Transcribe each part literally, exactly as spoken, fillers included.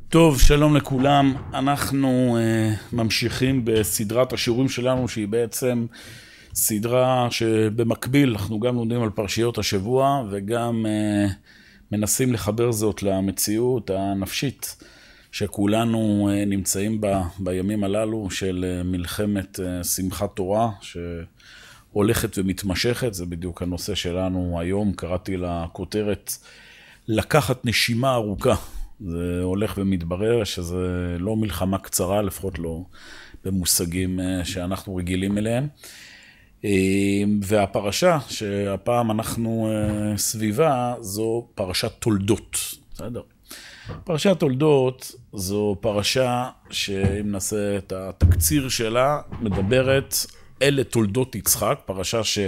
טוב, שלום לכולם. אנחנו uh, ממשיכים בסדרת השיעורים שלנו, שהיא בעצם סדרה שבמקביל אנחנו גם לומדים על פרשיות השבוע, וגם uh, מנסים לחבר זאת למציאות הנפשית שכולנו uh, נמצאים בה בימים הללו של uh, מלחמת uh, שמחת תורה, שהולכת ומתמשכת. זה בדיוק הנושא שלנו היום. קראתי לכותרת לקחת נשימה ארוכה. זה הולך ומתברר שזה לא מלחמה קצרה, לפחות לא במושגים שאנחנו רגילים אליהם. והפרשה שהפעם אנחנו סביבה זו פרשת תולדות. בסדר? פרשת תולדות זו פרשה שאם נעשה את התקציר שלה, מדברת אלה תולדות יצחק, פרשה ש...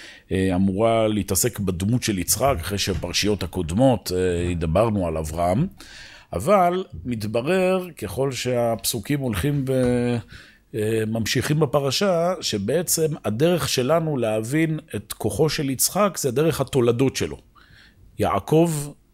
אמורה להתעסק בדמות של יצחק, אחרי שפרשיות הקודמות ידברנו על אברהם, אבל מתברר ככל שהפסוקים הולכים וממשיכים בפרשה, שבעצם הדרך שלנו להבין את כוחו של יצחק זה דרך התולדות שלו, יעקב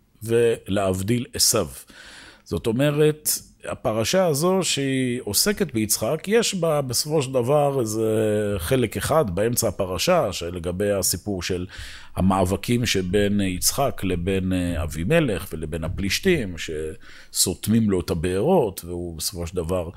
ולהבדיל עשיו. זאת אומרת, הפרשה הזו שהיא עוסקת ביצחק, יש בה בסופו של דבר איזה חלק אחד באמצע הפרשה, שלגבי הסיפור של המאבקים שבין יצחק לבין אבימלך ולבין הפלישתים, שסותמים לו את הבארות, והוא בסופו של דבר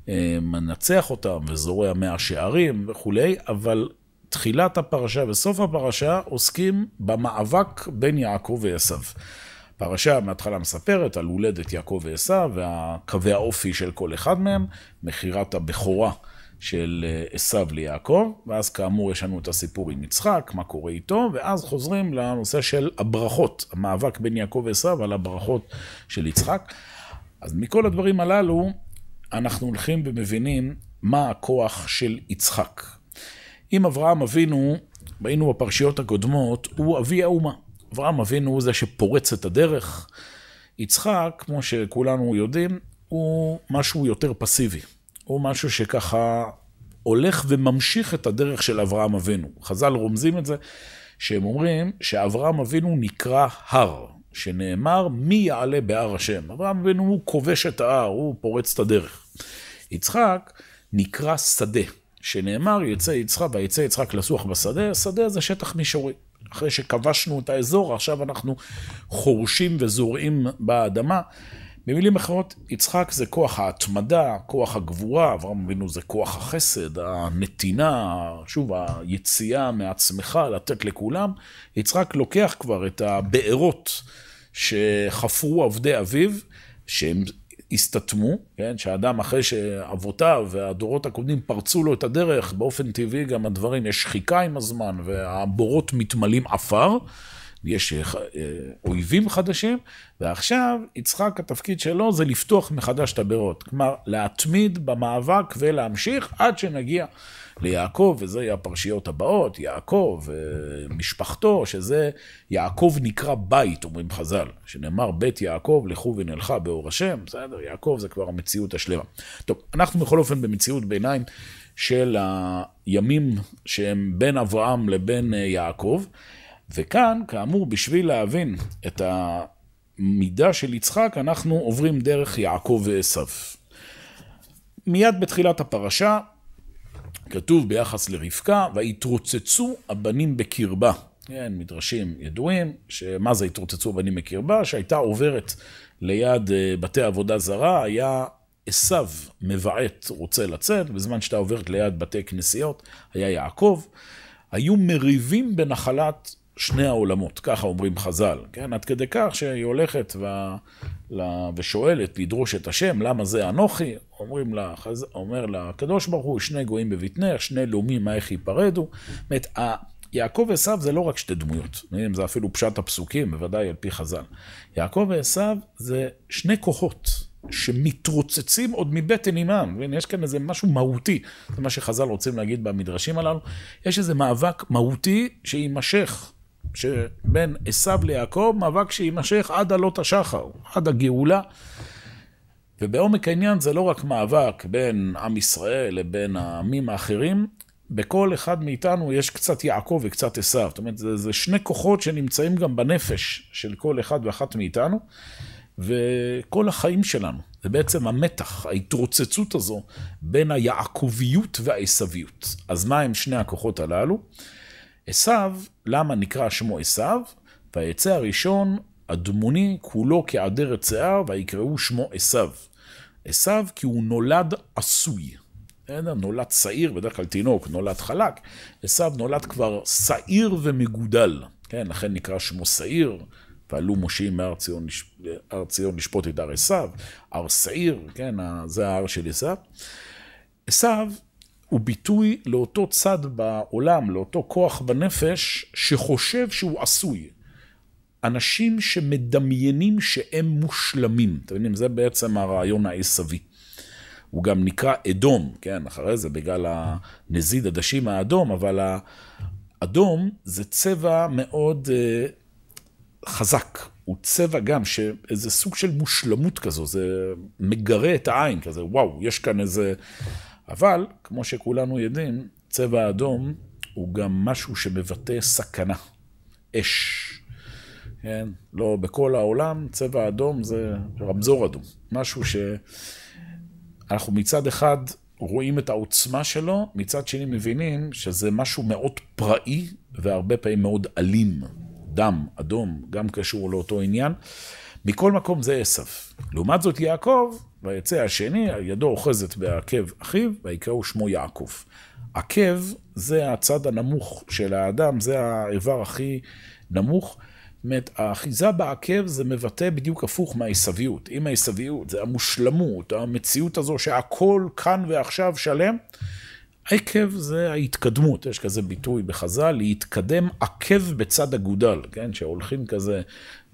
מנצח אותם וזורע מאה שערים וכו'. אבל תחילת הפרשה וסוף הפרשה עוסקים במאבק בין יעקב ועשיו. פרשה מההתחלה מספרת על הולדת יעקב ועשיו והקווי האופי של כל אחד מהם, מחירת הבכורה של עשיו ליעקב, ואז כאמור יש לנו את הסיפור עם יצחק, מה קורה איתו, ואז חוזרים לנושא של הברכות, המאבק בין יעקב ועשיו על הברכות של יצחק. אז מכל הדברים הללו אנחנו הולכים ומבינים מה הכוח של יצחק. אם אברהם אבינו, ראינו בפרשיות הקודמות, הוא אבי האומה. אברהם אבינו הוא זה שפורץ את הדרך. יצחק, כמו שכולנו יודעים, הוא משהו יותר פסיבי. הוא משהו שככה הולך וממשיך את הדרך של אברהם אבינו. חז"ל רומזים את זה, שהם אומרים שאברהם אבינו נקרא הר, שנאמר מי יעלה בהר השם. אברהם אבינו הוא כובש את ההר, הוא פורץ את הדרך. יצחק נקרא שדה, שנאמר יצא יצחק ויצא יצחק לסוח בשדה. שדה זה שטח מישורי. אחרי שכבשנו את האזור, עכשיו אנחנו חורשים וזורעים באדמה. במילים אחרות, יצחק זה כוח ההתמדה, כוח הגבורה, אברהם אבינו זה כוח החסד, הנתינה, שוב, היציאה מעצמך, לתת לכולם. יצחק לוקח כבר את הבארות שחפרו עבדי אביו, שהם הסתתמו, כן? שהאדם אחרי שאבותיו והדורות הקודמים פרצו לו את הדרך, באופן טבעי גם הדברים, יש שחיקה עם הזמן, והבורות מתמלאים עפר, יש אויבים חדשים, ועכשיו יצחק התפקיד שלו זה לפתוח מחדש את הבארות, כלומר להתמיד במאבק ולהמשיך עד שנגיע ליעקב, וזה יהיה הפרשיות הבאות, יעקב ומשפחתו, שזה יעקב נקרא בית, אומרים חז"ל, שנאמר בית יעקב לכו ונלכה באור השם, בסדר, יעקב זה כבר המציאות השלמה. טוב, אנחנו בכל אופן במציאות ביניים של הימים שהם בין אברהם לבין יעקב, וכאן, כאמור, בשביל להבין את המידה של יצחק, אנחנו עוברים דרך יעקב ועשיו. מיד בתחילת הפרשה, כתוב ביחס לרבקה, והתרוצצו הבנים בקרבה. כן, מדרשים ידועים, שמה זה התרוצצו הבנים בקרבה? שהייתה עוברת ליד בתי עבודה זרה, היה עשיו מבעט רוצה לצאת, בזמן שהייתה עוברת ליד בתי כנסיות, היה יעקב. היו מריבים בנחלת שני העולמות, ככה אומרים חז"ל, כן? עד כדי כך שהיא הולכת ו... ושואלת לדרוש את השם, למה זה אנוכי? אומרים לה, חז... אומר לה, הקדוש ברוך הוא, שני גויים בבטנך, שני לאומים, מה איך ייפרדו? זאת אומרת, יעקב ועשיו זה לא רק שתי דמויות, זה אפילו פשט הפסוקים, בוודאי על פי חז"ל. יעקב ועשיו זה שני כוחות שמתרוצצים עוד מבטן אימם, יש כאן איזה משהו מהותי, זה מה שחז"ל רוצים להגיד במדרשים הללו, יש איזה מאבק מהותי שימשך, שבין עשיו ליעקב, מאבק שימשך עד עלות השחר, עד הגאולה, ובעומק העניין זה לא רק מאבק בין עם ישראל לבין העמים האחרים, בכל אחד מאיתנו יש קצת יעקב וקצת עשיו, זאת אומרת, זה, זה שני כוחות שנמצאים גם בנפש של כל אחד ואחת מאיתנו, וכל החיים שלנו זה בעצם המתח, ההתרוצצות הזו, בין היעקוביות והעשוויות. אז מה הם שני הכוחות הללו? עשיו, למה נקרא שמו עשיו? והעצה הראשון, הדמוני, כולו כעדרת שיער, ויקראו שמו עשיו. עשיו כי הוא נולד עשוי. נולד צעיר, בדרך כלל תינוק, נולד חלק. עשיו נולד כבר שעיר ומגודל. כן, לכן נקרא שמו שעיר. ועלו מושיעים מהר ציון, הר ציון לשפוט את הר עשיו. הר שעיר, כן, זה ההר של עשיו. עשיו הוא ביטוי לאותו צד בעולם, לאותו כוח בנפש, שחושב שהוא עשוי. אנשים שמדמיינים שהם מושלמים. אתם יודעים, זה בעצם הרעיון העשוי. הוא גם נקרא אדום, כן, אחרי זה בגלל הנזיד עדשים האדום, אבל האדום זה צבע מאוד uh, חזק. הוא צבע גם שאיזה סוג של מושלמות כזו, זה מגרה את העין כזה, וואו, יש כאן איזה... אבל, כמו שכולנו יודעים, צבע האדום הוא גם משהו שמבטא סכנה, אש. כן? לא בכל העולם, צבע האדום זה רמזור אדום. משהו שאנחנו מצד אחד רואים את העוצמה שלו, מצד שני מבינים שזה משהו מאוד פראי והרבה פעמים מאוד אלים. דם, אדום, גם קשור לאותו עניין. מכל מקום זה עשיו. לעומת זאת יעקב, ויצא השני, ידו אוחזת בעקב אחיו, ויקראו שמו יעקב. עקב זה הצד הנמוך של האדם, זה האיבר הכי נמוך. זאת אומרת, האחיזה בעקב זה מבטא בדיוק הפוך מהעשוויות. עם העשוויות, זה המושלמות, המציאות הזו שהכל כאן ועכשיו שלם. עקב זה ההתקדמות, יש כזה ביטוי בחז"ל, להתקדם עקב בצד אגודל, כן? שהולכים כזה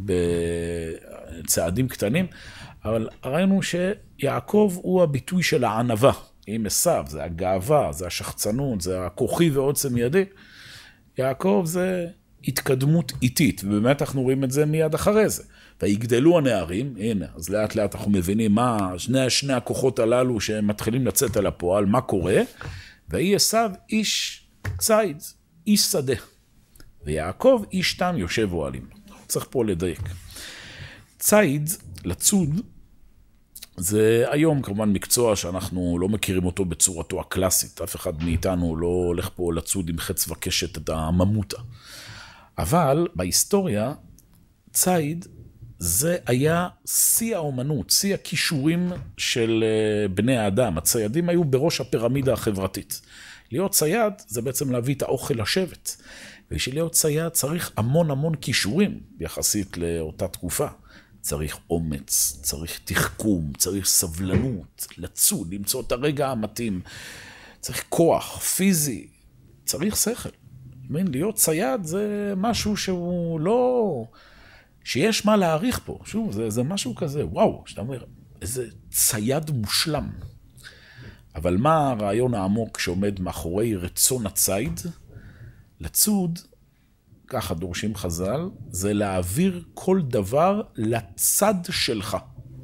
בצעדים קטנים, אבל ראינו שיעקב הוא הביטוי של הענווה, עם עשיו, זה הגאווה, זה השחצנות, זה הכוחי ועוצם ידי. יעקב זה התקדמות איטית, ובאמת אנחנו רואים את זה מיד אחרי זה. ויגדלו הנערים, הנה, אז לאט לאט אנחנו מבינים מה, שני, שני הכוחות הללו שמתחילים לצאת על הפועל, מה קורה, ויהי עשיו איש ציד, איש שדה, ויעקב איש תם יושב אוהלים. צריך פה לדייק. ציד, לצוד, זה היום כמובן מקצוע שאנחנו לא מכירים אותו בצורתו הקלאסית. אף אחד מאיתנו לא הולך פה לצוד עם חץ וקשת את הממותה. אבל בהיסטוריה, ציד זה היה שיא האומנות, שיא הכישורים של בני האדם. הציידים היו בראש הפירמידה החברתית. להיות צייד זה בעצם להביא את האוכל לשבת. ובשביל להיות צייד צריך המון המון כישורים יחסית לאותה תקופה. צריך אומץ, צריך תחכום, צריך סבלנות, לצוד, למצוא את הרגע המתאים. צריך כוח, פיזי, צריך שכל. להיות צייד זה משהו שהוא לא... שיש מה להעריך פה. שוב, זה, זה משהו כזה, וואו, שאתה אומר, איזה צייד מושלם. אבל מה הרעיון העמוק שעומד מאחורי רצון הצייד? לצוד, ככה דורשים חז"ל, זה להעביר כל דבר לצד שלך.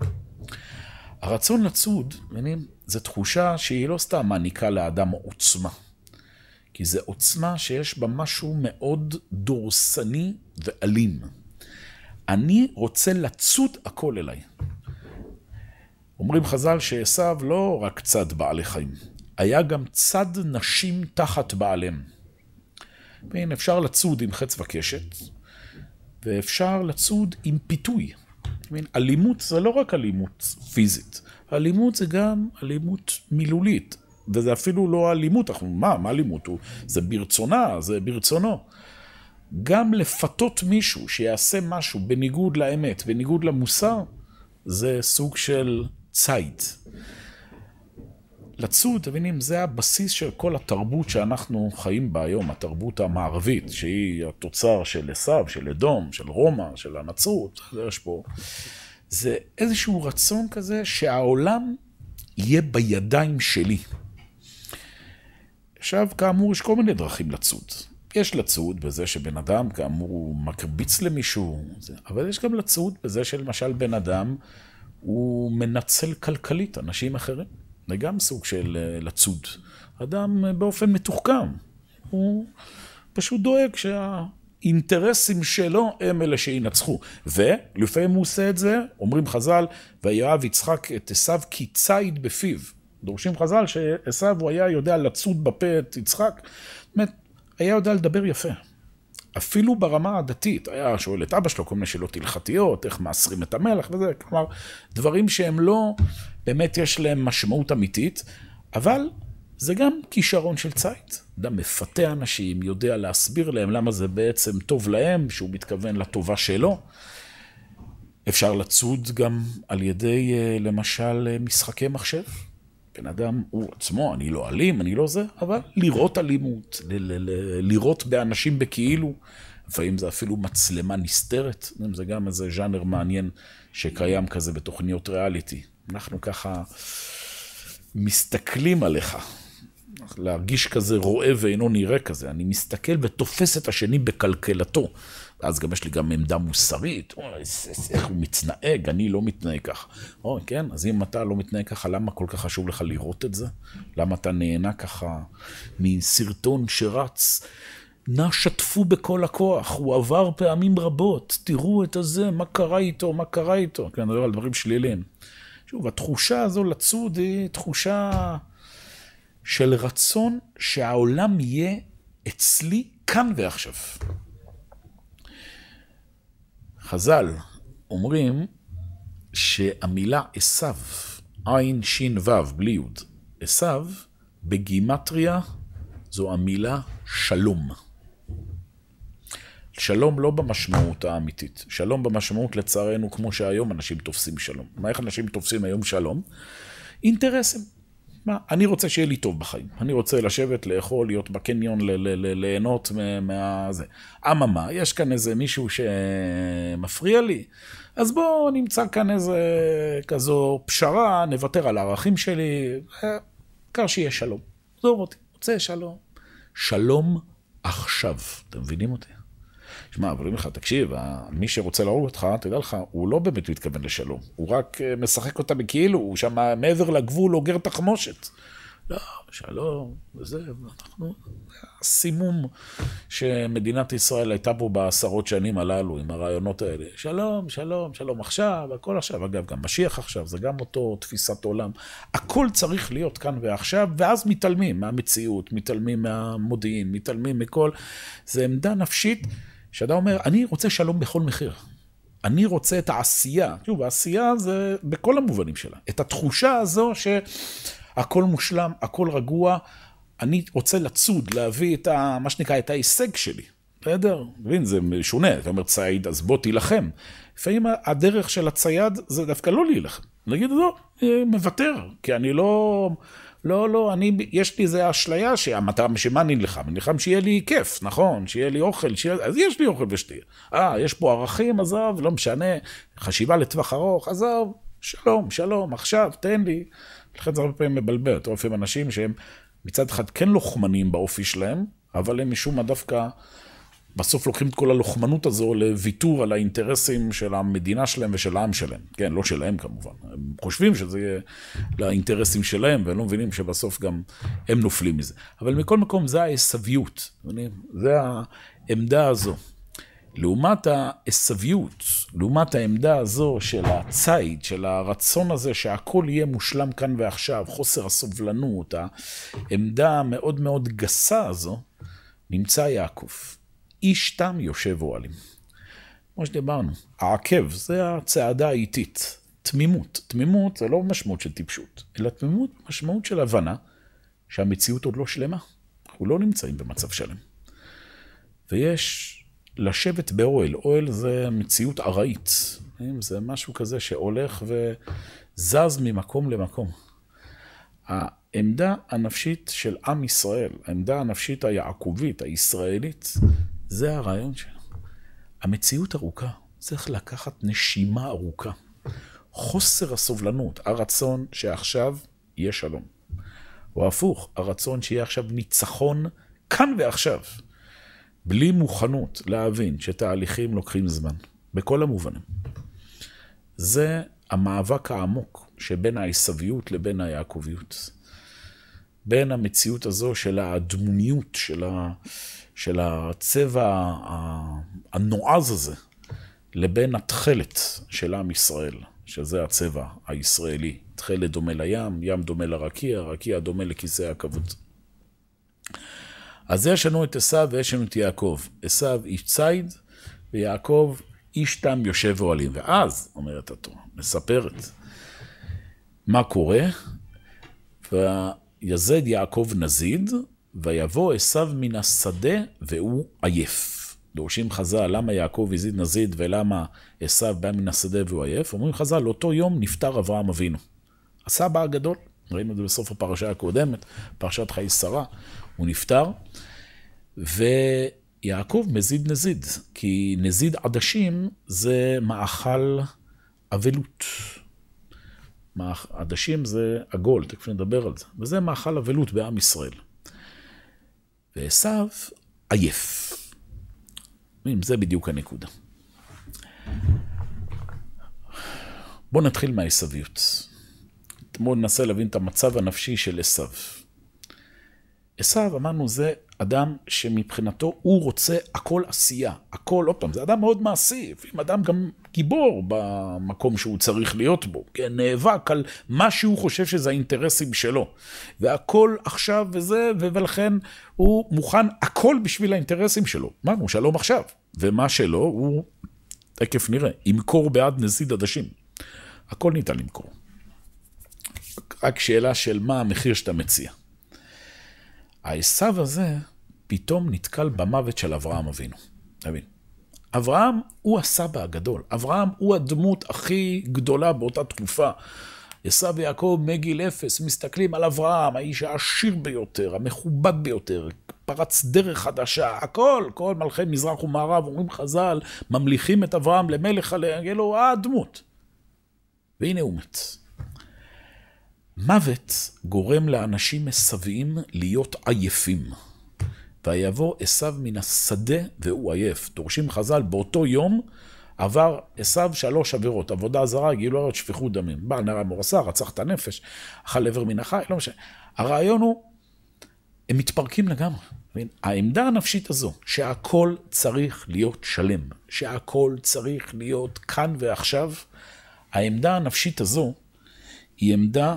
הרצון לצוד, מבינים, זו תחושה שהיא לא סתם מעניקה לאדם עוצמה. כי זו עוצמה שיש בה משהו מאוד דורסני ואלים. אני רוצה לצוד הכל אליי. אומרים חז"ל שעשיו לא רק צד בעלי חיים, היה גם צד נשים תחת בעליהם. והנה, אפשר לצוד עם חץ וקשת, ואפשר לצוד עם פיתוי. אלימות זה לא רק אלימות פיזית, אלימות זה גם אלימות מילולית, וזה אפילו לא אלימות, מה, מה אלימות? זה ברצונה, זה ברצונו. גם לפתות מישהו שיעשה משהו בניגוד לאמת, בניגוד למוסר, זה סוג של ציד. לצוד, תבינים, זה הבסיס של כל התרבות שאנחנו חיים בה היום, התרבות המערבית, שהיא התוצר של עשיו, של אדום, של רומא, של הנצרות, יש פה. זה איזשהו רצון כזה שהעולם יהיה בידיים שלי. עכשיו, כאמור, יש כל מיני דרכים לצוד. יש לצוד בזה שבן אדם, כאמור, הוא מקביץ למישהו, אבל יש גם לצוד בזה שלמשל בן אדם, הוא מנצל כלכלית אנשים אחרים. זה גם סוג של לצוד. אדם באופן מתוחכם, הוא פשוט דואג האינטרסים שלו הם אלה שינצחו. ולפעמים הוא עושה את זה, אומרים חז"ל, ויואב יצחק את עשיו כי ציד בפיו. דורשים חז"ל שעשיו הוא היה יודע לצוד בפה את יצחק, זאת אומרת, היה יודע לדבר יפה. אפילו ברמה הדתית, היה שואל את אבא שלו כל מיני שאלות הלכתיות, איך מאסרים את המלך וזה, כלומר, דברים שהם לא, באמת יש להם משמעות אמיתית, אבל זה גם כישרון של ציד. אדם מפתה אנשים, יודע להסביר להם למה זה בעצם טוב להם, שהוא מתכוון לטובה שלו. אפשר לצוד גם על ידי, למשל, משחקי מחשב. בן אדם הוא עצמו, אני לא אלים, אני לא זה, אבל לראות אלימות, ל- ל- לראות באנשים בכאילו, לפעמים זה אפילו מצלמה נסתרת, זה גם איזה ז'אנר מעניין שקיים כזה בתוכניות ריאליטי. אנחנו ככה מסתכלים עליך, להרגיש כזה רואה ואינו נראה כזה, אני מסתכל ותופס את השני בקלקלתו, אז גם יש לי גם עמדה מוסרית, או, איך הוא מתנהג, אני לא מתנהג ככה. או, כן, אז אם אתה לא מתנהג ככה, למה כל כך חשוב לך לראות את זה? למה אתה נהנה ככה מסרטון שרץ? נא שתפו בכל הכוח, הוא עבר פעמים רבות, תראו את הזה, מה קרה איתו, מה קרה איתו. כן, אני מדבר על דברים שליליים. שוב, התחושה הזו לצוד היא תחושה של רצון שהעולם יהיה אצלי כאן ועכשיו. חז"ל אומרים שהמילה עשיו, עין שין וו, בלי יוד, עשיו בגימטריה זו המילה שלום. שלום לא במשמעות האמיתית, שלום במשמעות לצערנו כמו שהיום אנשים תופסים שלום. מה איך אנשים תופסים היום שלום? אינטרסים. מה? אני רוצה שיהיה לי טוב בחיים. אני רוצה לשבת, לאכול, להיות בקניון, ל- ל- ל- ליהנות מהזה. אממה, יש כאן איזה מישהו שמפריע לי, אז בוא נמצא כאן איזה כזו פשרה, נוותר על הערכים שלי, קר שיהיה שלום. זור אותי, רוצה שלום. שלום עכשיו. אתם מבינים אותי? שמע, אבל אם לך, תקשיב, מי שרוצה להרוג אותך, תדע לך, הוא לא באמת מתכוון לשלום. הוא רק משחק אותה בכאילו, הוא שם מעבר לגבול, אוגר תחמושת. לא, שלום, וזה, אנחנו, הסימום שמדינת ישראל הייתה פה בעשרות שנים הללו, עם הרעיונות האלה. שלום, שלום, שלום עכשיו, הכל עכשיו. אגב, גם משיח עכשיו, זה גם אותו תפיסת עולם. הכל צריך להיות כאן ועכשיו, ואז מתעלמים מהמציאות, מתעלמים מהמודיעין, מתעלמים מכל. זה עמדה נפשית, שאתה אומר, אני רוצה שלום בכל מחיר. אני רוצה את העשייה. שוב, העשייה זה בכל המובנים שלה. את התחושה הזו שהכל מושלם, הכל רגוע. אני רוצה לצוד, להביא את ה, מה שנקרא, את ההישג שלי. בסדר? מבין, זה שונה. אתה אומר, צייד, אז בוא תילחם. לפעמים הדרך של הצייד זה דווקא לא להילחם. נגיד, לא, מוותר. כי אני לא... לא, לא, אני, יש לי איזו אשליה שהמטרה, שמה אני נלחם? אני נלחם שיהיה לי כיף, נכון? שיהיה לי אוכל, שיהיה, אז יש לי אוכל ושתייה. אה, יש פה ערכים, עזוב, לא משנה, חשיבה לטווח ארוך, עזוב, שלום, שלום, עכשיו, תן לי. לכן זה הרבה פעמים מבלבל, אתה רואה אנשים שהם מצד אחד כן לוחמנים באופי שלהם, אבל הם משום מה דווקא בסוף לוקחים את כל הלוחמנות הזו לוויתור על האינטרסים של המדינה שלהם ושל העם שלהם. כן, לא שלהם כמובן. הם חושבים שזה יהיה לאינטרסים שלהם, והם לא מבינים שבסוף גם הם נופלים מזה. אבל מכל מקום זה העשוויות. זה העמדה הזו. לעומת העשוויות, לעומת העמדה הזו של הציד, של הרצון הזה שהכל יהיה מושלם כאן ועכשיו, חוסר הסובלנות, העמדה המאוד מאוד גסה הזו, נמצא יעקב. איש תם יושב אוהלים. כמו שדיברנו, העקב זה הצעדה האיטית, תמימות. תמימות זה לא משמעות של טיפשות, אלא תמימות משמעות של הבנה שהמציאות עוד לא שלמה. אנחנו לא נמצאים במצב שלם. ויש לשבת באוהל. אוהל זה מציאות ארעית. זה משהו כזה שהולך וזז ממקום למקום. העמדה הנפשית של עם ישראל, העמדה הנפשית היעקובית, הישראלית, זה הרעיון שלנו. המציאות ארוכה, צריך לקחת נשימה ארוכה. חוסר הסובלנות, הרצון שעכשיו יהיה שלום. או הפוך, הרצון שיהיה עכשיו ניצחון כאן ועכשיו. בלי מוכנות להבין שתהליכים לוקחים זמן, בכל המובנים. זה המאבק העמוק שבין העשוויות לבין היעקוביות. בין המציאות הזו של הדמוניות, של, ה, של הצבע הנועז הזה, לבין התכלת של עם ישראל, שזה הצבע הישראלי. תכלת דומה לים, ים דומה לרקיע, רקיע דומה לכיסא הכבוד. אז יש לנו את עשיו ויש לנו את יעקב. עשיו איש ציד, ויעקב איש תם יושב אוהלים. ואז, אומרת התורה, מספרת, מה קורה? ויזד יעקב נזיד, ויבוא עשיו מן השדה והוא עייף. דורשים חז"ל, למה יעקב הזיד נזיד ולמה עשיו בא מן השדה והוא עייף? אומרים חז"ל, אותו יום נפטר אברהם אבינו. הסבא הגדול, ראינו את זה בסוף הפרשה הקודמת, פרשת חיי שרה, הוא נפטר, ויעקב מזיד נזיד, כי נזיד עדשים זה מאכל אבלות. עדשים זה עגול, תכף נדבר על זה, וזה מאכל אבלות בעם ישראל. ועשיו עייף. זה בדיוק הנקודה. בואו נתחיל מהעשוויות. בואו ננסה להבין את המצב הנפשי של עשיו. עשיו, אמרנו, זה אדם שמבחינתו הוא רוצה הכל עשייה, הכל, עוד פעם, זה אדם מאוד מעשי, עם אדם גם גיבור במקום שהוא צריך להיות בו, כן, נאבק על מה שהוא חושב שזה האינטרסים שלו, והכל עכשיו וזה, ולכן הוא מוכן הכל בשביל האינטרסים שלו. אמרנו, שלום עכשיו, ומה שלו הוא, תכף נראה, ימכור בעד נזיד עדשים. הכל ניתן למכור. רק שאלה של מה המחיר שאתה מציע. העשיו הזה פתאום נתקל במוות של אברהם אבינו. תבין. אברהם הוא הסבא הגדול. אברהם הוא הדמות הכי גדולה באותה תקופה. עשיו ויעקב מגיל אפס מסתכלים על אברהם, האיש העשיר ביותר, המכובד ביותר, פרץ דרך חדשה, הכל, כל מלכי מזרח ומערב, אומרים חז"ל, ממליכים את אברהם למלך עליהם, לו הדמות. והנה הוא מת. מוות גורם לאנשים מסביעים להיות עייפים. ויבוא עשיו מן השדה והוא עייף. דורשים חז"ל, באותו יום עבר עשיו שלוש עבירות. עבודה זרה, גילוי עריות, שפיכות דמים. בא נערה מורסה, רצח את הנפש, אכל עבר מן החי, לא משנה. הרעיון הוא, הם מתפרקים לגמרי. העמדה הנפשית הזו, שהכל צריך להיות שלם, שהכל צריך להיות כאן ועכשיו, העמדה הנפשית הזו היא עמדה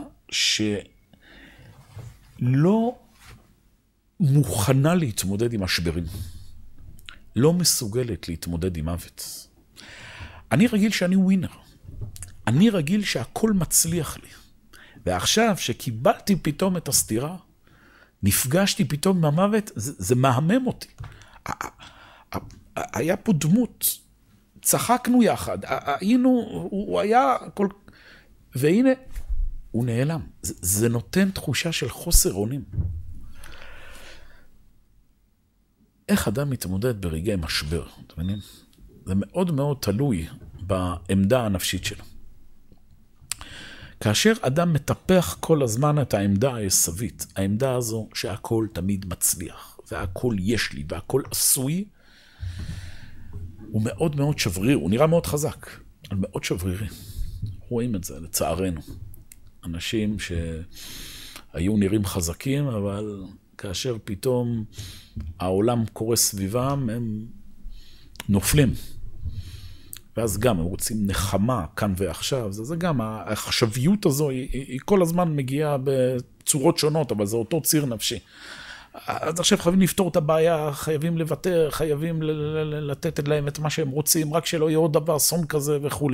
שלא מוכנה להתמודד עם משברים. לא מסוגלת להתמודד עם מוות. אני רגיל שאני ווינר. אני רגיל שהכל מצליח לי. ועכשיו שקיבלתי פתאום את הסתירה, נפגשתי פתאום במוות, זה, זה מהמם אותי. היה פה דמות, צחקנו יחד, היינו, הוא היה כל... והנה, הוא נעלם. זה, זה נותן תחושה של חוסר אונים. איך אדם מתמודד ברגעי משבר, אתם מבינים? זה מאוד מאוד תלוי בעמדה הנפשית שלו. כאשר אדם מטפח כל הזמן את העמדה העשווית, העמדה הזו שהכל תמיד מצליח, והכל יש לי, והכל עשוי, הוא מאוד מאוד שבריר, הוא נראה מאוד חזק, אבל מאוד שברירי. רואים את זה, לצערנו. אנשים שהיו נראים חזקים, אבל כאשר פתאום העולם קורה סביבם, הם נופלים. ואז גם הם רוצים נחמה כאן ועכשיו. זה, זה גם, החשביות הזו היא, היא כל הזמן מגיעה בצורות שונות, אבל זה אותו ציר נפשי. אז עכשיו חייבים לפתור את הבעיה, חייבים לוותר, חייבים לתת להם את מה שהם רוצים, רק שלא יהיה עוד דבר, אסון כזה וכו'.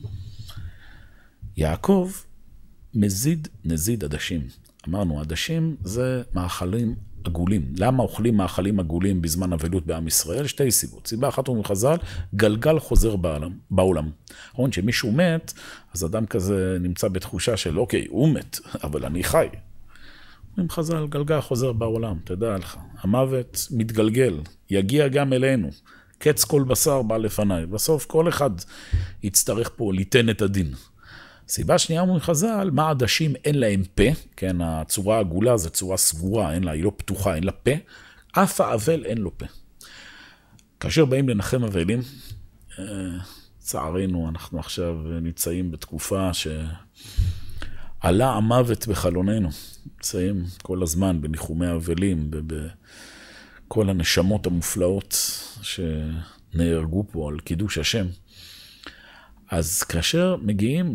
יעקב מזיד נזיד עדשים. אמרנו, עדשים זה מאכלים עגולים. למה אוכלים מאכלים עגולים בזמן אבלות בעם ישראל? שתי סיבות. סיבה אחת אומרים חז"ל, גלגל חוזר בעולם. בעולם. אומרים שמישהו מת, אז אדם כזה נמצא בתחושה של, אוקיי, הוא מת, אבל אני חי. אומרים חז"ל, גלגל חוזר בעולם, תדע לך. המוות מתגלגל, יגיע גם אלינו. קץ כל בשר בא לפניי. בסוף כל אחד יצטרך פה ליתן את הדין. סיבה שנייה אומרים חז"ל, מה עדשים אין להם פה, כן, הצורה העגולה זה צורה סגורה, אין לה, היא לא פתוחה, אין לה פה, אף האבל אין לו פה. כאשר באים לנחם אבלים, צערנו, אנחנו עכשיו נמצאים בתקופה שעלה המוות בחלוננו, מסיים כל הזמן בניחומי אבלים, בכל הנשמות המופלאות שנהרגו פה על קידוש השם. אז כאשר מגיעים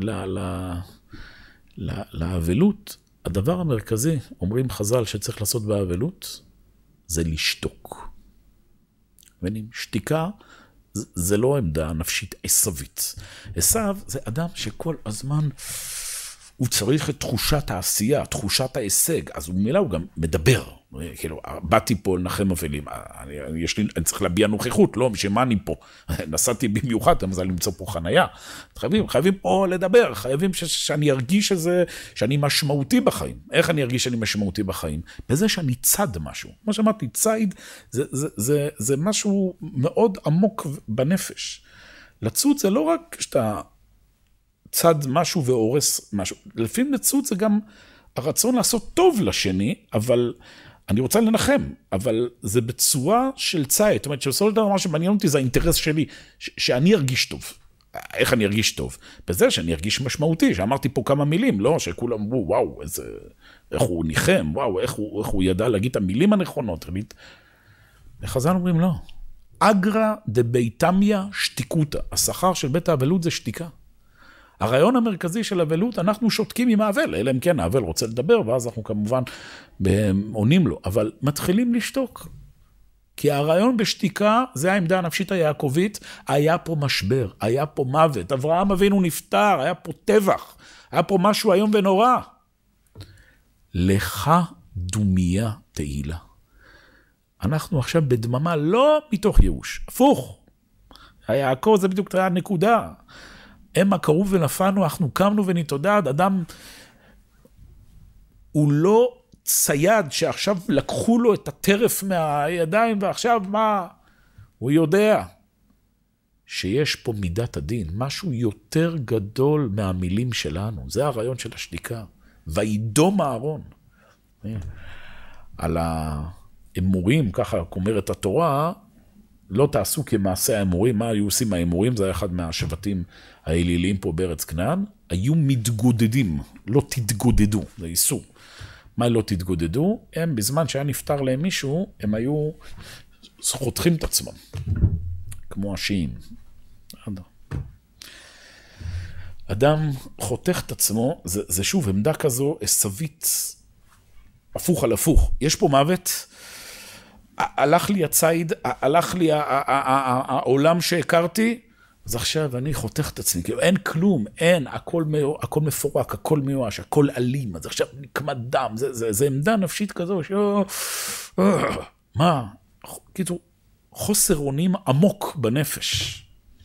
לאבלות, הדבר המרכזי, אומרים חז"ל שצריך לעשות באבלות, זה לשתוק. מבינים? שתיקה זה לא עמדה נפשית עשווית. עשו זה אדם שכל הזמן הוא צריך את תחושת העשייה, תחושת ההישג, אז הוא מילה הוא גם מדבר. כאילו, באתי פה לנחם אבלים, אני, יש לי, אני צריך להביע נוכחות, לא, משמה אני פה. נסעתי במיוחד, אז אני למצוא פה חנייה. חייבים, חייבים פה לדבר, חייבים ש, שאני ארגיש שזה, שאני משמעותי בחיים. איך אני ארגיש שאני משמעותי בחיים? בזה שאני צד משהו. כמו שאמרתי, צייד זה, זה, זה, זה משהו מאוד עמוק בנפש. לצוד זה לא רק שאתה צד משהו והורס משהו. לפעמים לצוד זה גם הרצון לעשות טוב לשני, אבל אני רוצה לנחם, אבל זה בצורה של צייד. זאת אומרת, שבסופו של דבר מה שמעניין אותי זה האינטרס שלי, ש- שאני ארגיש טוב. איך אני ארגיש טוב? בזה שאני ארגיש משמעותי, שאמרתי פה כמה מילים, לא? שכולם אמרו, וואו, איזה, איך הוא ניחם, וואו, איך הוא, איך הוא ידע להגיד את המילים הנכונות. וחז"ל אומרים, לא. אגרא דביתמיה שתיקותא. השכר של בית האבלות זה שתיקה. הרעיון המרכזי של אבלות, אנחנו שותקים עם האבל, אלא אם כן האבל רוצה לדבר, ואז אנחנו כמובן עונים לו, אבל מתחילים לשתוק. כי הרעיון בשתיקה, זה העמדה הנפשית היעקובית, היה פה משבר, היה פה מוות, אברהם אבינו נפטר, היה פה טבח, היה פה משהו היום ונורא. לך דומיה תהילה. אנחנו עכשיו בדממה, לא מתוך ייאוש, הפוך. היעקב זה בדיוק הנקודה. הם הקרוב ונפנו, אנחנו קמנו ונתעודד, אדם הוא לא צייד שעכשיו לקחו לו את הטרף מהידיים, ועכשיו מה? הוא יודע שיש פה מידת הדין, משהו יותר גדול מהמילים שלנו, זה הרעיון של השתיקה, וידום אהרון. על האמורים, ככה אומרת התורה, לא תעשו כמעשה האמורים, מה היו עושים האמורים? זה היה אחד מהשבטים האליליים פה בארץ כנען, היו מתגודדים, לא תתגודדו, זה איסור. מה לא תתגודדו? הם בזמן שהיה נפטר להם מישהו, הם היו חותכים את עצמם, כמו השיעים. אדם חותך את עצמו, זה, זה שוב עמדה כזו עשווית, הפוך על הפוך. יש פה מוות, הלך לי הצייד, הלך לי העולם שהכרתי, אז עכשיו אני חותך את עצמי, כאילו אין כלום, אין, הכל, הכל מפורק, הכל מיואש, הכל אלים, אז עכשיו נקמת דם, זה, זה, זה עמדה נפשית כזו, ש... מה? כאילו, חוסר אונים עמוק בנפש.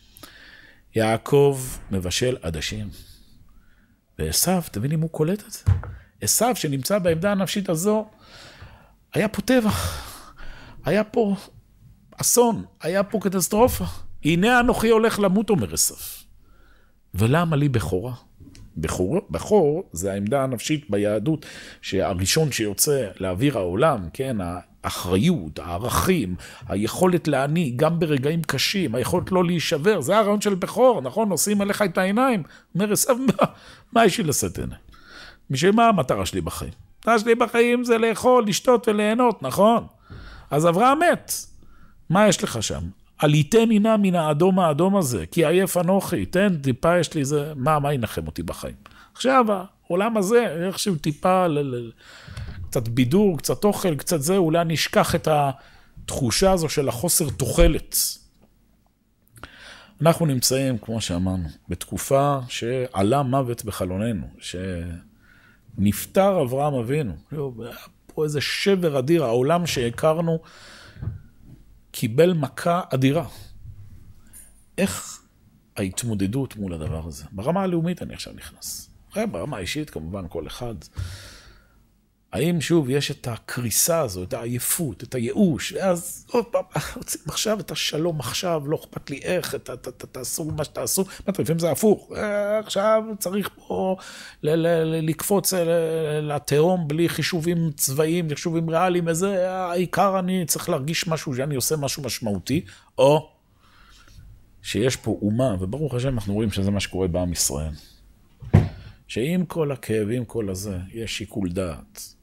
יעקב מבשל עדשים, ועשיו, תבין אם הוא קולט את זה, עשיו שנמצא בעמדה הנפשית הזו, היה פה טבח, היה פה אסון, היה פה קטסטרופה. הנה אנוכי הולך למות, אומר עשיו. ולמה לי בכורה? בכור, בכור זה העמדה הנפשית ביהדות, שהראשון שיוצא לאוויר העולם, כן, האחריות, הערכים, היכולת להעניק, גם ברגעים קשים, היכולת לא להישבר, זה הרעיון של בכור, נכון? עושים עליך את העיניים. אומר עשיו, מה, מה יש לי לשאת עיניים? משל מה המטרה שלי בחיים? המטרה שלי בחיים זה לאכול, לשתות וליהנות, נכון? אז אברהם מת. מה יש לך שם? עליתן הנה מן האדום האדום הזה, כי עייף אנוכי, תן טיפה יש לי זה, מה, מה ינחם אותי בחיים? עכשיו, העולם הזה, איכשהו טיפה, ל- ל- קצת בידור, קצת אוכל, קצת זה, אולי נשכח את התחושה הזו של החוסר תוחלת. אנחנו נמצאים, כמו שאמרנו, בתקופה שעלה מוות בחלוננו, שנפטר אברהם אבינו, פה איזה שבר אדיר, העולם שהכרנו, קיבל מכה אדירה. איך ההתמודדות מול הדבר הזה? ברמה הלאומית אני עכשיו נכנס. ברמה האישית כמובן כל אחד. האם שוב יש את הקריסה הזו, את העייפות, את הייאוש, ואז עוד פעם, רוצים עכשיו את השלום עכשיו, לא אכפת לי איך, ת, ת, ת, תעשו מה שתעשו, לפעמים זה הפוך, עכשיו צריך פה ל- ל- לקפוץ לתהום בלי חישובים צבאיים, חישובים ריאליים, וזה העיקר אני צריך להרגיש משהו, שאני עושה משהו משמעותי, או שיש פה אומה, וברוך השם אנחנו רואים שזה מה שקורה בעם ישראל. שעם כל הכאב, עם כל הזה, יש שיקול דעת.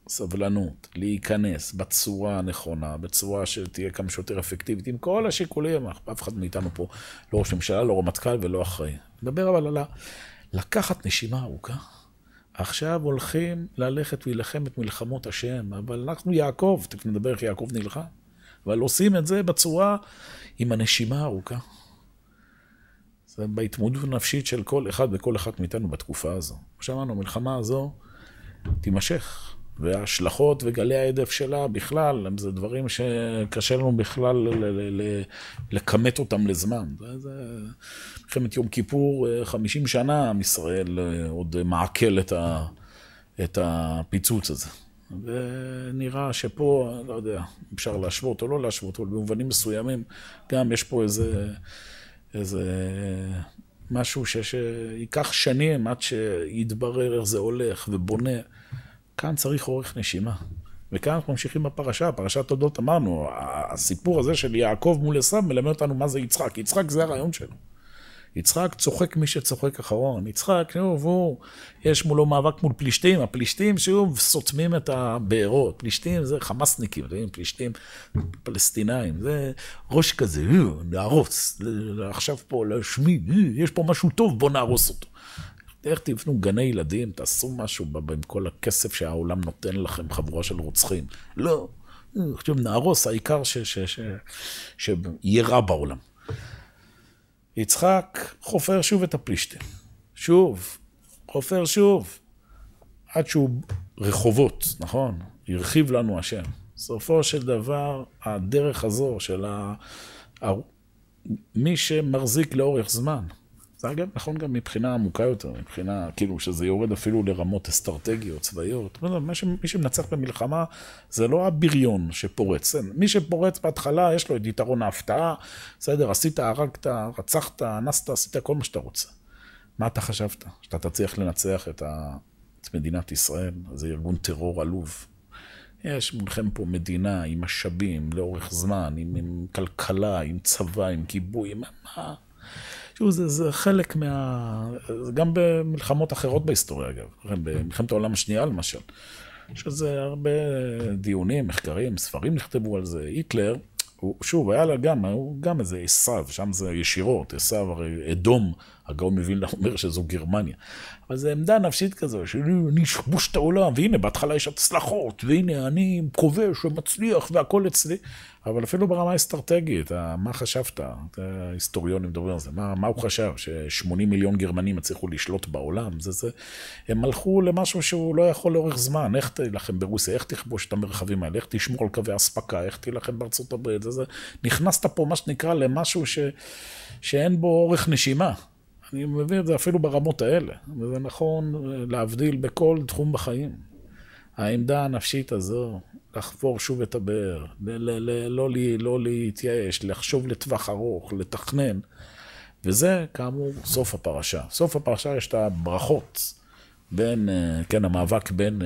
סבלנות, להיכנס בצורה הנכונה, בצורה שתהיה כמה שיותר אפקטיבית, עם כל השיקולים, אף אחד מאיתנו פה, לא ראש ממשלה, לא רמטכ"ל ולא אחראי. נדבר אבל על לקחת נשימה ארוכה. עכשיו הולכים ללכת ולהילחם את מלחמות השם, אבל אנחנו יעקב, תכף נדבר איך יעקב נלחם, אבל עושים את זה בצורה עם הנשימה הארוכה. זה בהתמודדות הנפשית של כל אחד וכל אחת מאיתנו בתקופה הזו. כמו שאמרנו, המלחמה הזו תימשך, וההשלכות וגלי העדף שלה בכלל, זה דברים שקשה לנו בכלל לקמת אותם לזמן. זה מלחמת יום כיפור, חמישים שנה עם ישראל עוד מעכל את, ה, את הפיצוץ הזה. ונראה שפה, לא יודע, אפשר להשוות או לא להשוות, אבל במובנים מסוימים גם יש פה איזה... איזה משהו שיקח שנים עד שיתברר איך זה הולך ובונה. כאן צריך אורך נשימה. וכאן אנחנו ממשיכים בפרשה, פרשת תולדות אמרנו, הסיפור הזה של יעקב מול עשיו מלמד אותנו מה זה יצחק. יצחק זה הרעיון שלו. יצחק צוחק מי שצוחק אחרון. יצחק, שוב, הוא, יש מולו מאבק מול פלישתים. הפלישתים, שוב, סותמים את הבארות. פלישתים זה חמאסניקים, פלישתים פלסטינאים. זה ראש כזה, נהרוס. עכשיו פה להשמיד, יש פה משהו טוב, בוא נהרוס אותו. איך תבנו גני ילדים, תעשו משהו עם כל הכסף שהעולם נותן לכם, חבורה של רוצחים. לא, עכשיו נהרוס, העיקר שיהיה רע בעולם. יצחק חופר שוב את הפלישתים. שוב, חופר שוב. עד שהוא רחובות, נכון? ירחיב לנו השם. סופו של דבר, הדרך הזו של ה... מי שמחזיק לאורך זמן. זה אגב נכון גם מבחינה עמוקה יותר, מבחינה, כאילו שזה יורד אפילו לרמות אסטרטגיות, צבאיות. מי שמנצח במלחמה זה לא הבריון שפורץ. מי שפורץ בהתחלה יש לו את יתרון ההפתעה, בסדר, עשית, הרגת, רצחת, אנסת, עשית כל מה שאתה רוצה. מה אתה חשבת? שאתה תצליח לנצח את, ה... את מדינת ישראל? זה ארגון טרור עלוב. יש מולכם פה מדינה עם משאבים לאורך זמן, עם, עם כלכלה, עם צבא, עם כיבוי, עם מה... שוב, זה, זה חלק מה... גם במלחמות אחרות בהיסטוריה, אגב. במלחמת העולם השנייה, למשל. שזה הרבה דיונים, מחקרים, ספרים נכתבו על זה. היטלר, הוא, שוב, היה לה גם, הוא גם איזה עשיו, שם זה ישירות, עשיו, הרי אדום, הגאון מווילנה אומר שזו גרמניה. אבל זו עמדה נפשית כזו, שאני אכבוש את העולם, והנה, בהתחלה יש הצלחות, והנה, אני כובש ומצליח, והכל אצלי. אבל אפילו ברמה האסטרטגית, מה חשבת? ההיסטוריונים מדברים על זה. מה, מה הוא חשב? ש-שמונים מיליון גרמנים הצליחו לשלוט בעולם? זה, זה. הם הלכו למשהו שהוא לא יכול לאורך זמן. איך תלחם ברוסיה? איך תכבוש את המרחבים האלה? איך תשמור על קווי הספקה? איך תלחם בארצות הברית? זה, זה. נכנסת פה מה שנקרא למשהו ש... שאין בו אורך נשימה. אני מבין את זה אפילו ברמות האלה. וזה נכון להבדיל בכל תחום בחיים. העמדה הנפשית הזו, לחפור שוב את הבאר, לא, לא להתייאש, לחשוב לטווח ארוך, לתכנן. וזה, כאמור, סוף הפרשה. סוף הפרשה יש את הברכות בין, כן, המאבק בין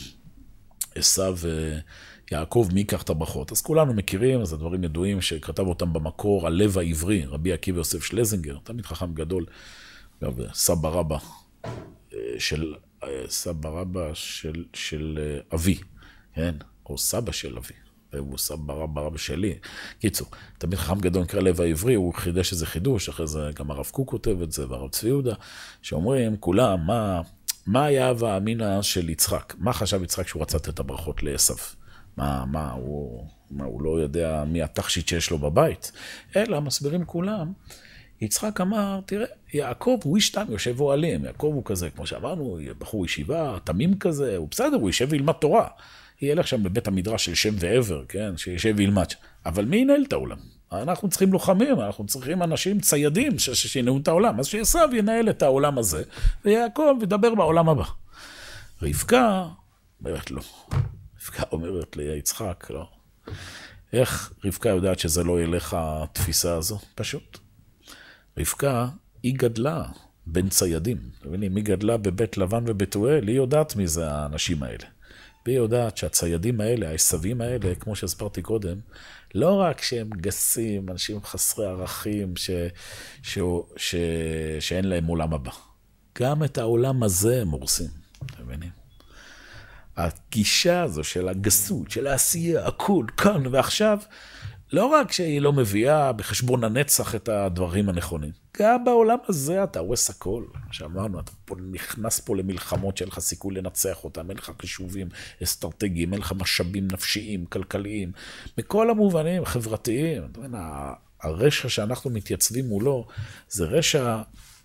עשיו ויעקב, מי ייקח את הברכות. אז כולנו מכירים, אז הדברים ידועים שכתב אותם במקור, הלב העברי, רבי עקיבא יוסף שלזינגר, תמיד חכם גדול, סבא רבא של... סבא רבא של, של אבי, כן? או סבא של אבי, והוא סבא רבא רבא שלי. קיצור, תמיד חכם גדול נקרא לב העברי, הוא חידש איזה חידוש, אחרי זה גם הרב קוק כותב את זה, והרב צבי יהודה, שאומרים, כולם, מה, מה היה והאמינה של יצחק? מה חשב יצחק שהוא רצה את הברכות לעשיו? מה, מה, הוא, מה, הוא לא יודע מי התכשיט שיש לו בבית? אלא מסבירים כולם, יצחק אמר, תראה, יעקב הוא איש תם, יושב אוהלים, יעקב הוא כזה, כמו שאמרנו, בחור ישיבה, תמים כזה, הוא בסדר, הוא יישב וילמד תורה. ילך שם בבית המדרש של שם ועבר, כן, שישב וילמד. אבל מי ינהל את העולם? אנחנו צריכים לוחמים, אנחנו צריכים אנשים ציידים שינהלו את העולם. אז שעשיו ינהל את העולם הזה, ויעקב ידבר בעולם הבא. רבקה אומרת לו, רבקה אומרת ליצחק, לא. איך רבקה יודעת שזה לא ילך התפיסה הזו? פשוט. רבקה, היא גדלה בין ציידים. מבינים, היא גדלה בבית לבן ובתואל, היא יודעת מי זה האנשים האלה. והיא יודעת שהציידים האלה, העשבים האלה, כמו שהסברתי קודם, לא רק שהם גסים, אנשים חסרי ערכים, ש... ש... ש... שאין להם עולם הבא. גם את העולם הזה הם הורסים. מבינים? הגישה הזו של הגסות, של העשייה, הכל, כאן ועכשיו, לא רק שהיא לא מביאה בחשבון הנצח את הדברים הנכונים, גם בעולם הזה אתה הורס הכל. שאמרנו, אתה פה נכנס פה למלחמות שאין לך סיכוי לנצח אותם, אין לך חישובים אסטרטגיים, אין לך משאבים נפשיים, כלכליים, בכל המובנים, חברתיים. הרשע שאנחנו מתייצבים מולו, זה רשע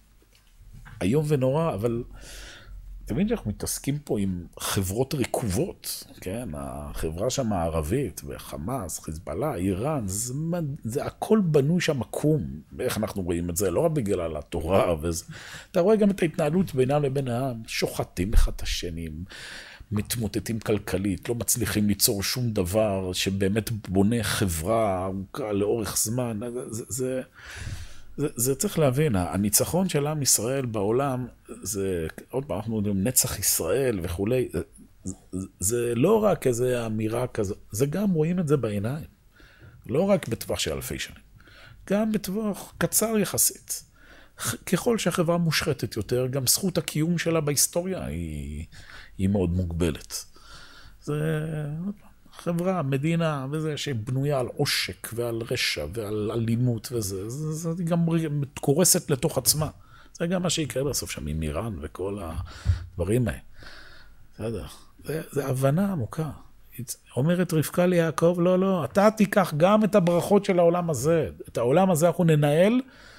איום ונורא, אבל תמיד שאנחנו מתעסקים פה עם חברות ריקובות, כן? החברה שם הערבית, וחמאס, חיזבאללה, איראן, זה, זה הכל בנוי שם עקום. ואיך אנחנו רואים את זה? לא רק בגלל התורה וזה. אתה רואה גם את ההתנהלות בינם לבין העם, שוחטים אחד את השנים, מתמוטטים כלכלית, לא מצליחים ליצור שום דבר שבאמת בונה חברה ארוכה לאורך זמן. זה... זה זה, זה צריך להבין, הניצחון של עם ישראל בעולם, זה, עוד פעם, אנחנו יודעים, נצח ישראל וכולי, זה, זה לא רק איזו אמירה כזו, זה גם רואים את זה בעיניים. לא רק בטווח של אלפי שנים, גם בטווח קצר יחסית. ככל שהחברה מושחתת יותר, גם זכות הקיום שלה בהיסטוריה היא, היא מאוד מוגבלת. זה, עוד פעם. חברה, מדינה, וזה שבנויה על עושק ועל רשע ועל אלימות וזה, זה, זה גם קורסת לתוך עצמה. זה גם מה שיקרה בסוף שם עם איראן וכל הדברים האלה. בסדר. זה, זה הבנה עמוקה. אומרת רבקה ליעקב, לא, לא, אתה תיקח גם את הברכות של העולם הזה. את העולם הזה אנחנו ננהל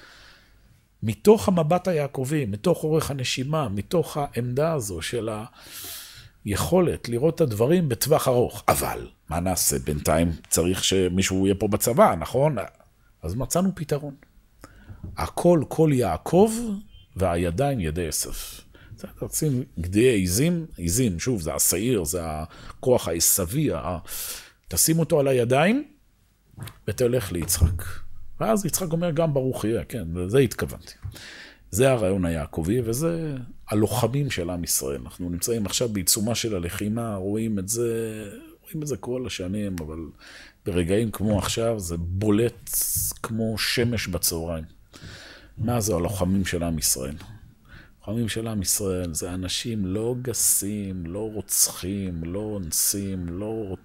מתוך המבט היעקבי, מתוך אורך הנשימה, מתוך העמדה הזו של ה... יכולת לראות את הדברים בטווח ארוך. אבל, מה נעשה? בינתיים צריך שמישהו יהיה פה בצבא, נכון? אז מצאנו פתרון. הכל כל יעקב, והידיים ידי עשף. זה רוצים גדיי עיזים, עיזים, שוב, זה השעיר, זה הכוח העשבי, תשים אותו על הידיים, ותלך ליצחק. ואז יצחק אומר גם ברוך יהיה, כן, וזה התכוונתי. זה הרעיון היעקבי, וזה הלוחמים של עם ישראל. אנחנו נמצאים עכשיו בעיצומה של הלחימה, רואים את זה, רואים את זה כל השנים, אבל ברגעים כמו עכשיו, זה בולט כמו שמש בצהריים. מה זה הלוחמים של עם ישראל? הלוחמים של עם ישראל זה אנשים לא גסים, לא רוצחים, לא אונסים, לא...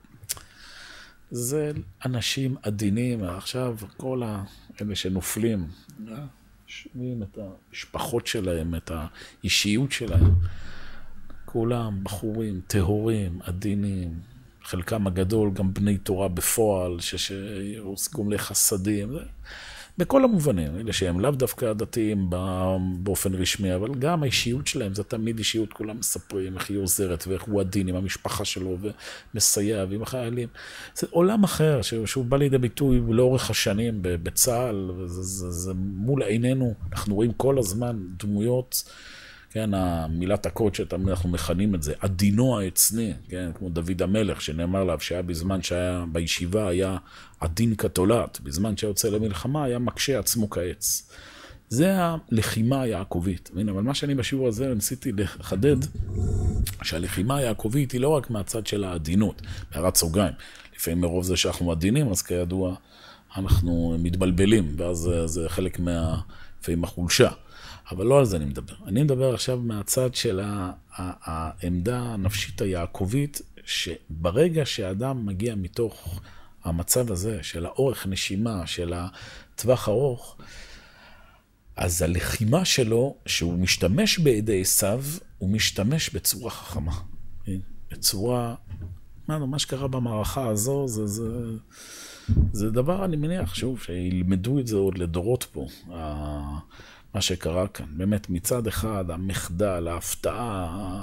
זה אנשים עדינים, עכשיו כל האלה שנופלים, שומעים את המשפחות שלהם, את האישיות שלהם. כולם בחורים, טהורים, עדינים, חלקם הגדול, גם בני תורה בפועל, שעוסקים לחסדים. בכל המובנים, אלה שהם לאו דווקא דתיים באופן רשמי, אבל גם האישיות שלהם, זה תמיד אישיות, כולם מספרים איך היא עוזרת, ואיך הוא עדין עם המשפחה שלו, ומסייע, ועם החיילים. זה עולם אחר, שהוא בא לידי ביטוי לאורך השנים בצה"ל, וזה זה, זה מול עינינו, אנחנו רואים כל הזמן דמויות, כן, המילת הקוד שאנחנו מכנים את זה, עדינו העצני, כן, כמו דוד המלך, שנאמר לה שהיה בזמן שהיה בישיבה, היה עדין כתולת, בזמן שיוצא למלחמה, היה מקשה עצמו כעץ. זה הלחימה היעקובית. אבל מה שאני בשיעור הזה ניסיתי לחדד, שהלחימה היעקובית היא לא רק מהצד של העדינות, בהערת סוגריים. לפעמים מרוב זה שאנחנו עדינים, אז כידוע אנחנו מתבלבלים, ואז זה חלק מה, לפעמים החולשה. אבל לא על זה אני מדבר. אני מדבר עכשיו מהצד של העמדה הנפשית היעקובית, שברגע שהאדם מגיע מתוך המצב הזה, של האורך נשימה, של הטווח ארוך, אז הלחימה שלו, שהוא משתמש בידי עשיו, הוא משתמש בצורה חכמה. בצורה, מה, מה שקרה במערכה הזו, זה, זה, זה דבר, אני מניח, שוב, שילמדו את זה עוד לדורות פה. מה שקרה כאן, באמת מצד אחד, המחדל, ההפתעה,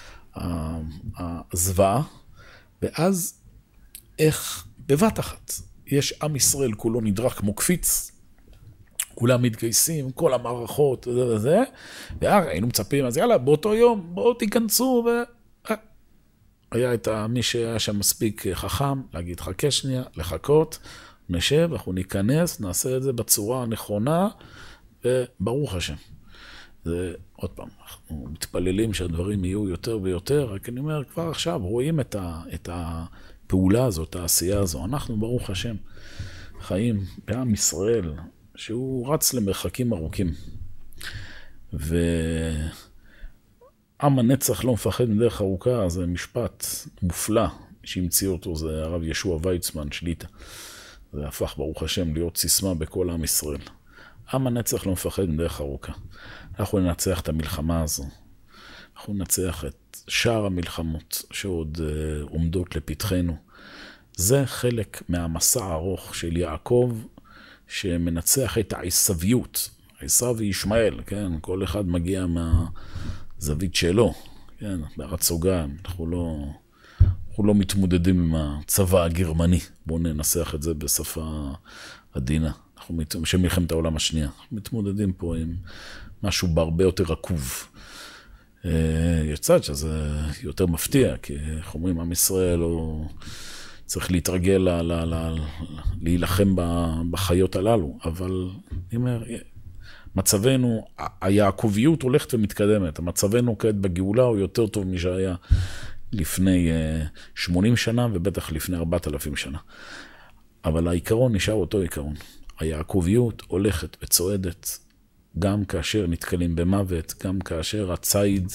הזוועה, ואז איך בבת אחת יש עם ישראל כולו נדרך כמו קפיץ, כולם מתגייסים, כל המערכות, וזה וזה, והיינו מצפים, אז יאללה, באותו יום, בואו תיכנסו, ו... היה את מי שהיה שם מספיק חכם, להגיד חכה שנייה, לחכות, נשב, אנחנו ניכנס, נעשה את זה בצורה הנכונה, וברוך השם. זה, עוד פעם, אנחנו מתפללים שהדברים יהיו יותר ויותר, רק אני אומר, כבר עכשיו רואים את, ה, את הפעולה הזאת, את העשייה הזו. אנחנו, ברוך השם, חיים בעם ישראל, שהוא רץ למרחקים ארוכים. עם הנצח לא מפחד מדרך ארוכה, זה משפט מופלא שהמציא אותו, זה הרב ישוע ויצמן שליטה. זה הפך ברוך השם להיות סיסמה בכל עם ישראל. עם הנצח לא מפחד מדרך ארוכה. אנחנו ננצח את המלחמה הזו. אנחנו ננצח את שאר המלחמות שעוד uh, עומדות לפתחנו. זה חלק מהמסע הארוך של יעקב, שמנצח את העשוויות. עשו וישמעאל, כן? כל אחד מגיע מהזווית שלו, כן? בארץ סוגן. אנחנו לא, אנחנו לא מתמודדים עם הצבא הגרמני. בואו ננסח את זה בשפה עדינה. אנחנו מת... שמלחמת העולם השנייה. אנחנו מתמודדים פה עם משהו בהרבה יותר רקוב. יצד שזה יותר מפתיע, כי איך אומרים, עם ישראל הוא צריך להתרגל ל... ל... ל... להילחם בחיות הללו, אבל אני אומר, מצבנו, היעקוביות הולכת ומתקדמת, המצבנו כעת בגאולה הוא יותר טוב משהיה לפני שמונים שנה, ובטח לפני ארבעת אלפים שנה. אבל העיקרון נשאר אותו עיקרון. היעקוביות הולכת וצועדת, גם כאשר נתקלים במוות, גם כאשר הציד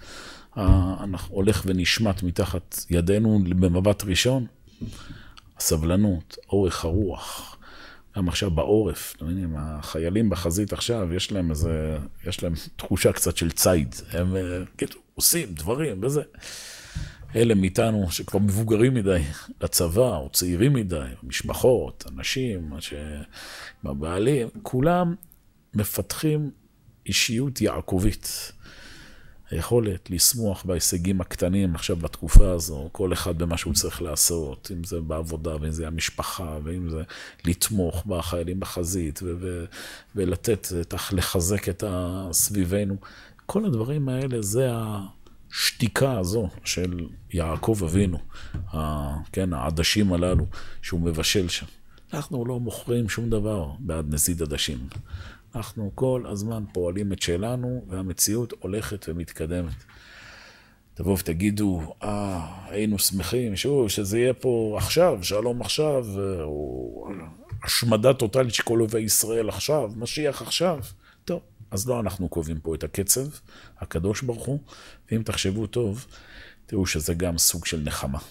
הולך ונשמט מתחת ידינו במבט ראשון, הסבלנות, אורך הרוח, גם עכשיו בעורף, תמידים, החיילים בחזית עכשיו, יש להם איזה, יש להם תחושה קצת של ציד, הם כאילו עושים דברים וזה. אלה מאיתנו שכבר מבוגרים מדי לצבא, או צעירים מדי, משפחות, אנשים, הבעלים, כולם מפתחים אישיות יעקובית. היכולת לסמוך בהישגים הקטנים עכשיו בתקופה הזו, כל אחד במה שהוא צריך לעשות, אם זה בעבודה, ואם זה המשפחה, ואם זה לתמוך בחיילים בחזית, ו- ו- ולתת, לחזק את הסביבנו. כל הדברים האלה זה השתיקה הזו של יעקב אבינו, ה- כן, העדשים הללו שהוא מבשל שם. אנחנו לא מוכרים שום דבר בעד נזיד עדשים. אנחנו כל הזמן פועלים את שלנו, והמציאות הולכת ומתקדמת. תבואו ותגידו, אה, היינו שמחים, שוב, שזה יהיה פה עכשיו, שלום עכשיו, או השמדה טוטלית של כל אויבי ישראל עכשיו, משיח עכשיו. טוב, אז לא אנחנו קובעים פה את הקצב, הקדוש ברוך הוא, ואם תחשבו טוב, תראו שזה גם סוג של נחמה.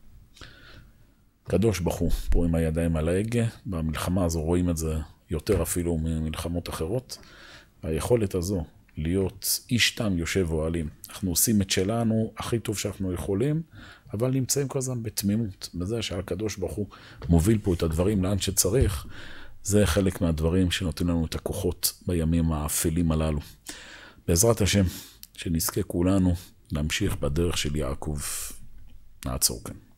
קדוש ברוך הוא, פה עם הידיים על ההגה, במלחמה הזו רואים את זה יותר אפילו ממלחמות אחרות. היכולת הזו להיות איש תם יושב אוהלים. אנחנו עושים את שלנו הכי טוב שאנחנו יכולים, אבל נמצאים כל הזמן בתמימות. בזה שהקדוש ברוך הוא מוביל פה את הדברים לאן שצריך, זה חלק מהדברים שנותנים לנו את הכוחות בימים האפלים הללו. בעזרת השם, שנזכה כולנו להמשיך בדרך של יעקב. נעצור כאן.